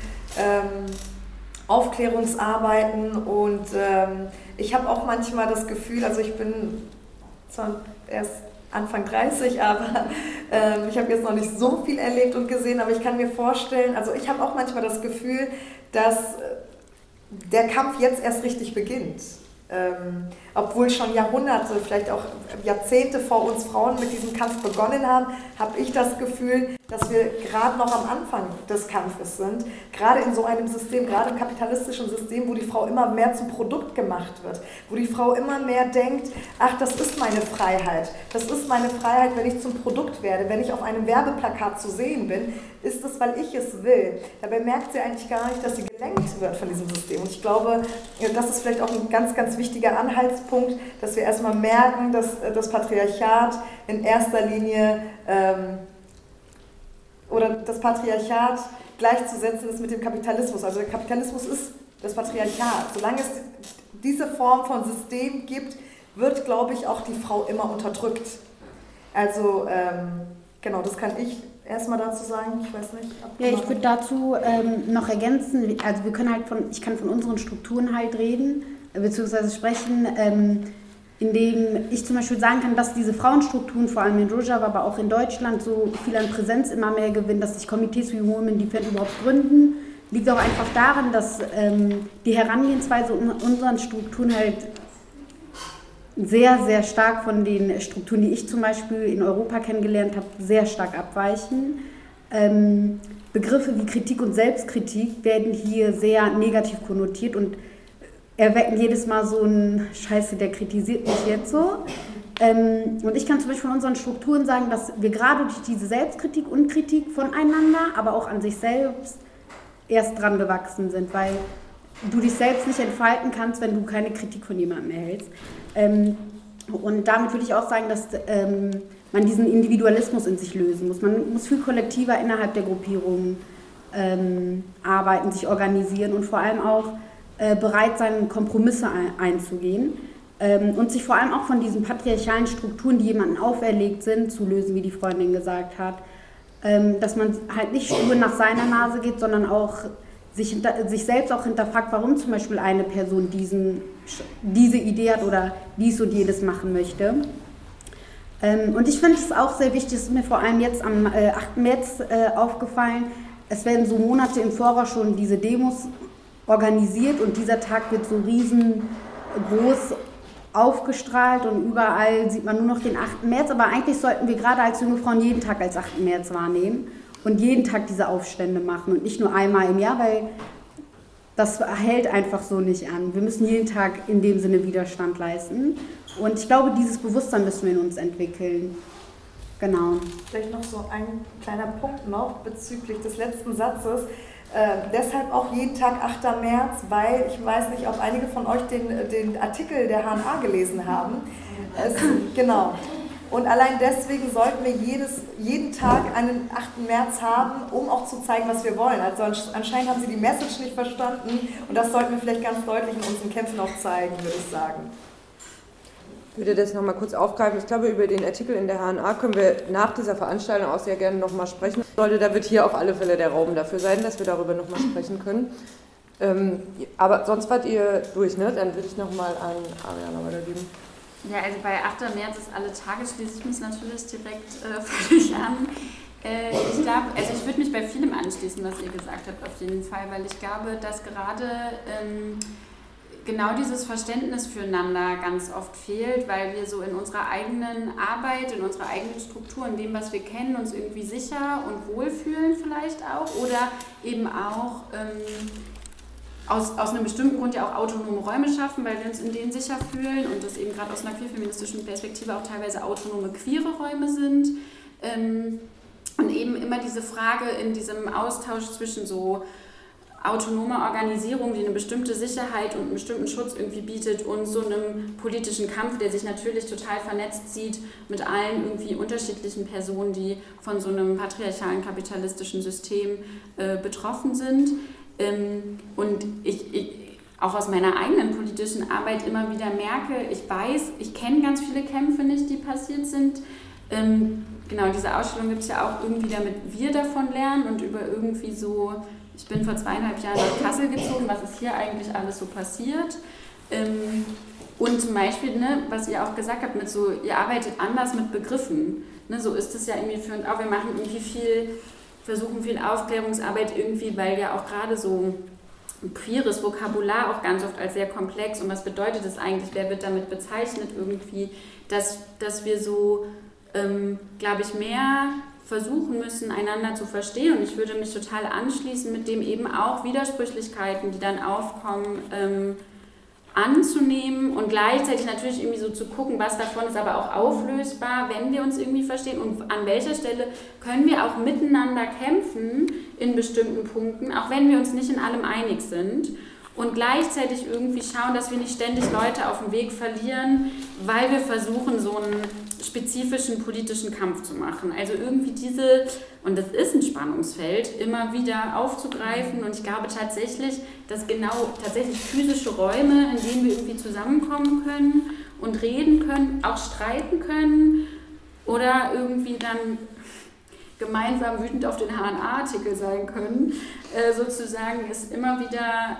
Aufklärungsarbeiten und ich habe auch manchmal das Gefühl, also ich bin zwar erst Anfang 30, aber ich habe jetzt noch nicht so viel erlebt und gesehen, aber ich kann mir vorstellen, also ich habe auch manchmal das Gefühl, dass der Kampf jetzt erst richtig beginnt. Obwohl schon Jahrhunderte, vielleicht auch Jahrzehnte vor uns Frauen mit diesem Kampf begonnen haben, habe ich das Gefühl, dass wir gerade noch am Anfang des Kampfes sind. Gerade in so einem System, gerade im kapitalistischen System, wo die Frau immer mehr zum Produkt gemacht wird, wo die Frau immer mehr denkt, ach, das ist meine Freiheit. Das ist meine Freiheit, wenn ich zum Produkt werde. Wenn ich auf einem Werbeplakat zu sehen bin, ist es, weil ich es will. Dabei merkt sie eigentlich gar nicht, dass sie gelenkt wird von diesem System. Und ich glaube, das ist vielleicht auch ein ganz, ganz wichtiger Anhaltspunkt, dass wir erstmal merken, dass das Patriarchat in erster Linie oder das Patriarchat gleichzusetzen ist mit dem Kapitalismus. Also der Kapitalismus ist das Patriarchat. Solange es diese Form von System gibt, wird, glaube ich, auch die Frau immer unterdrückt. Also genau, das kann ich erstmal dazu sagen. Ich weiß nicht. Ja, ich würde dazu noch ergänzen, also ich kann von unseren Strukturen halt reden, beziehungsweise sprechen, indem ich zum Beispiel sagen kann, dass diese Frauenstrukturen, vor allem in Rojava, aber auch in Deutschland, so viel an Präsenz immer mehr gewinnen, dass sich Komitees wie Women Defend überhaupt gründen, liegt auch einfach daran, dass die Herangehensweise unseren Strukturen halt sehr, sehr stark von den Strukturen, die ich zum Beispiel in Europa kennengelernt habe, sehr stark abweichen. Begriffe wie Kritik und Selbstkritik werden hier sehr negativ konnotiert und erwecken jedes Mal so ein Scheiße, der kritisiert mich jetzt so. Und ich kann zum Beispiel von unseren Strukturen sagen, dass wir gerade durch diese Selbstkritik und Kritik voneinander, aber auch an sich selbst erst dran gewachsen sind, weil du dich selbst nicht entfalten kannst, wenn du keine Kritik von jemandem erhältst. Und damit würde ich auch sagen, dass man diesen Individualismus in sich lösen muss. Man muss viel kollektiver innerhalb der Gruppierung arbeiten, sich organisieren und vor allem auch bereit sein, Kompromisse einzugehen und sich vor allem auch von diesen patriarchalen Strukturen, die jemandem auferlegt sind, zu lösen, wie die Freundin gesagt hat. Dass man halt nicht stur nach seiner Nase geht, sondern auch sich selbst auch hinterfragt, warum zum Beispiel eine Person diese Idee hat oder dies und jedes machen möchte. Und ich finde es auch sehr wichtig, es ist mir vor allem jetzt am 8. März aufgefallen, es werden so Monate im Voraus schon diese Demos organisiert und dieser Tag wird so riesengroß aufgestrahlt und überall sieht man nur noch den 8. März, aber eigentlich sollten wir gerade als junge Frauen jeden Tag als 8. März wahrnehmen und jeden Tag diese Aufstände machen und nicht nur einmal im Jahr, weil das hält einfach so nicht an. Wir müssen jeden Tag in dem Sinne Widerstand leisten und ich glaube, dieses Bewusstsein müssen wir in uns entwickeln. Genau. Vielleicht noch so ein kleiner Punkt noch bezüglich des letzten Satzes. Deshalb auch jeden Tag 8. März, weil ich weiß nicht, ob einige von euch den Artikel der HNA gelesen haben. Genau. Und allein deswegen sollten wir jeden Tag einen 8. März haben, um auch zu zeigen, was wir wollen. Also anscheinend haben sie die Message nicht verstanden und das sollten wir vielleicht ganz deutlich in unseren Kämpfen auch zeigen, würde ich sagen. Ich würde das nochmal kurz aufgreifen. Ich glaube, über den Artikel in der HNA können wir nach dieser Veranstaltung auch sehr gerne nochmal sprechen. Da wird hier auf alle Fälle der Raum dafür sein, dass wir darüber nochmal sprechen können. Aber sonst wart ihr durch, ne? Dann würde ich nochmal an Ariana weitergeben. Ja, also bei 8. März ist alle Tage, schließe ich mich natürlich direkt völlig an. Ich glaube, also ich würde mich bei vielem anschließen, was ihr gesagt habt, auf jeden Fall, weil ich glaube, dass gerade genau dieses Verständnis füreinander ganz oft fehlt, weil wir so in unserer eigenen Arbeit, in unserer eigenen Struktur, in dem, was wir kennen, uns irgendwie sicher und wohlfühlen vielleicht auch oder eben auch aus einem bestimmten Grund ja auch autonome Räume schaffen, weil wir uns in denen sicher fühlen und das eben gerade aus einer queerfeministischen Perspektive auch teilweise autonome queere Räume sind. Und eben immer diese Frage in diesem Austausch zwischen so autonome Organisierung, die eine bestimmte Sicherheit und einen bestimmten Schutz irgendwie bietet und so einem politischen Kampf, der sich natürlich total vernetzt sieht mit allen irgendwie unterschiedlichen Personen, die von so einem patriarchalen kapitalistischen System betroffen sind. Und ich auch aus meiner eigenen politischen Arbeit immer wieder merke, ich kenne ganz viele Kämpfe nicht, die passiert sind. Genau, diese Ausstellung gibt es ja auch irgendwie, damit wir davon lernen und über irgendwie so. Ich bin vor 2,5 Jahren nach Kassel gezogen, was ist hier eigentlich alles so passiert? Und zum Beispiel, ne, was ihr auch gesagt habt, ihr arbeitet anders mit Begriffen. Ne, so ist es ja irgendwie für uns auch. Wir machen irgendwie versuchen viel Aufklärungsarbeit irgendwie, weil ja auch gerade so queeres Vokabular auch ganz oft als sehr komplex und was bedeutet das eigentlich, wer wird damit bezeichnet irgendwie, dass wir so, glaube ich, mehr versuchen müssen, einander zu verstehen und ich würde mich total anschließen, mit dem eben auch Widersprüchlichkeiten, die dann aufkommen, anzunehmen und gleichzeitig natürlich irgendwie so zu gucken, was davon ist aber auch auflösbar, wenn wir uns irgendwie verstehen und an welcher Stelle können wir auch miteinander kämpfen in bestimmten Punkten, auch wenn wir uns nicht in allem einig sind und gleichzeitig irgendwie schauen, dass wir nicht ständig Leute auf dem Weg verlieren, weil wir versuchen, so einen spezifischen politischen Kampf zu machen. Also irgendwie und das ist ein Spannungsfeld, immer wieder aufzugreifen und ich glaube tatsächlich, dass tatsächlich physische Räume, in denen wir irgendwie zusammenkommen können und reden können, auch streiten können oder irgendwie dann gemeinsam wütend auf den HNA-Artikel sein können, sozusagen es immer wieder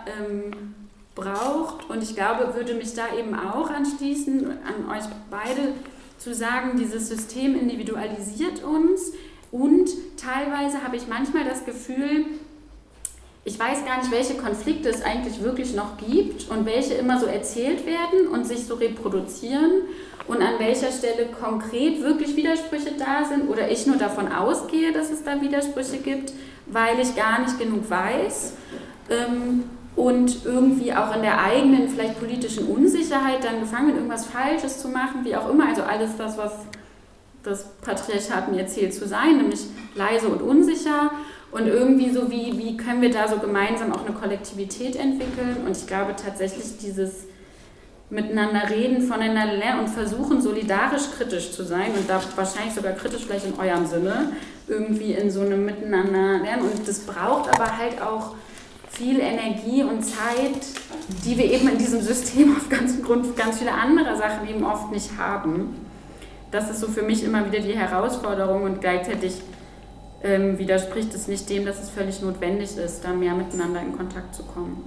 braucht und ich glaube, würde mich da eben auch anschließen, an euch beide zu sagen, dieses System individualisiert uns und teilweise habe ich manchmal das Gefühl, ich weiß gar nicht, welche Konflikte es eigentlich wirklich noch gibt und welche immer so erzählt werden und sich so reproduzieren und an welcher Stelle konkret wirklich Widersprüche da sind oder ich nur davon ausgehe, dass es da Widersprüche gibt, weil ich gar nicht genug weiß und irgendwie auch in der eigenen vielleicht politischen Unsicherheit dann gefangen bin, irgendwas Falsches zu machen, wie auch immer, also alles das, was das Patriarchat mir erzählt zu sein, nämlich leise und unsicher und irgendwie so, wie können wir da so gemeinsam auch eine Kollektivität entwickeln und ich glaube tatsächlich dieses miteinander reden, voneinander lernen und versuchen solidarisch kritisch zu sein und da wahrscheinlich sogar kritisch vielleicht in eurem Sinne, irgendwie in so einem Miteinander lernen und das braucht aber halt auch viel Energie und Zeit, die wir eben in diesem System aufgrund ganz viele andere Sachen eben oft nicht haben. Das ist so für mich immer wieder die Herausforderung und gleichzeitig widerspricht es nicht dem, dass es völlig notwendig ist, da mehr miteinander in Kontakt zu kommen.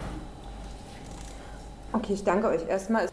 Okay, ich danke euch erstmal.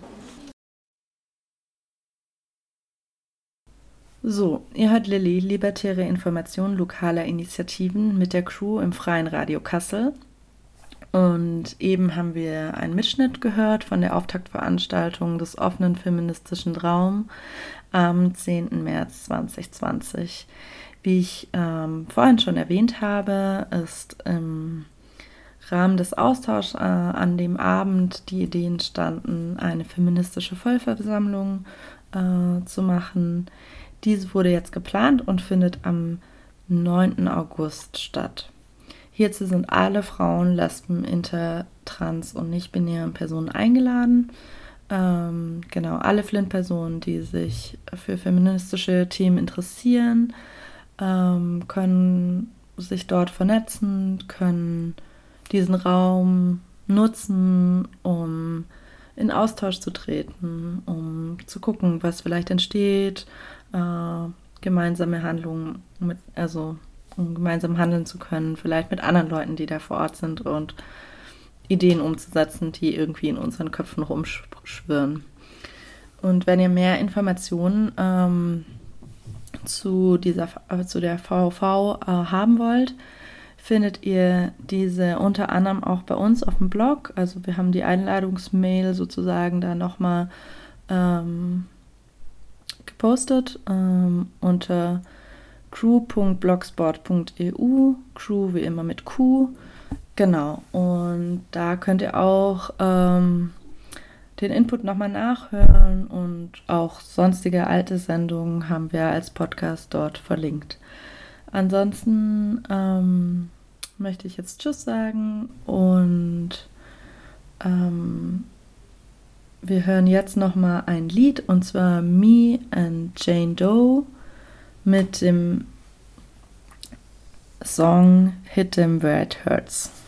So, ihr hört Lilly, libertäre Information lokaler Initiativen mit der Crew im Freien Radio Kassel. Und eben haben wir einen Mitschnitt gehört von der Auftaktveranstaltung des offenen feministischen Raums am 10. März 2020. Wie ich vorhin schon erwähnt habe, ist im Rahmen des Austauschs an dem Abend die Idee entstanden, eine feministische Vollversammlung zu machen. Diese wurde jetzt geplant und findet am 9. August statt. Hierzu sind alle Frauen, Lesben, Inter-, Trans- und nicht-binären Personen eingeladen. Genau, alle Flint-Personen, die sich für feministische Themen interessieren, können sich dort vernetzen, können diesen Raum nutzen, um in Austausch zu treten, um zu gucken, was vielleicht entsteht, gemeinsame Handlungen um gemeinsam handeln zu können, vielleicht mit anderen Leuten, die da vor Ort sind und Ideen umzusetzen, die irgendwie in unseren Köpfen rumschwirren. Und wenn ihr mehr Informationen zu der VV haben wollt, findet ihr diese unter anderem auch bei uns auf dem Blog. Also wir haben die Einladungsmail sozusagen da nochmal gepostet unter crew.blogspot.eu, Crew wie immer mit Q. Genau, und da könnt ihr auch den Input nochmal nachhören und auch sonstige alte Sendungen haben wir als Podcast dort verlinkt. Ansonsten möchte ich jetzt Tschüss sagen und wir hören jetzt nochmal ein Lied und zwar Me and Jane Doe mit dem Song Hit 'em Where It Hurts.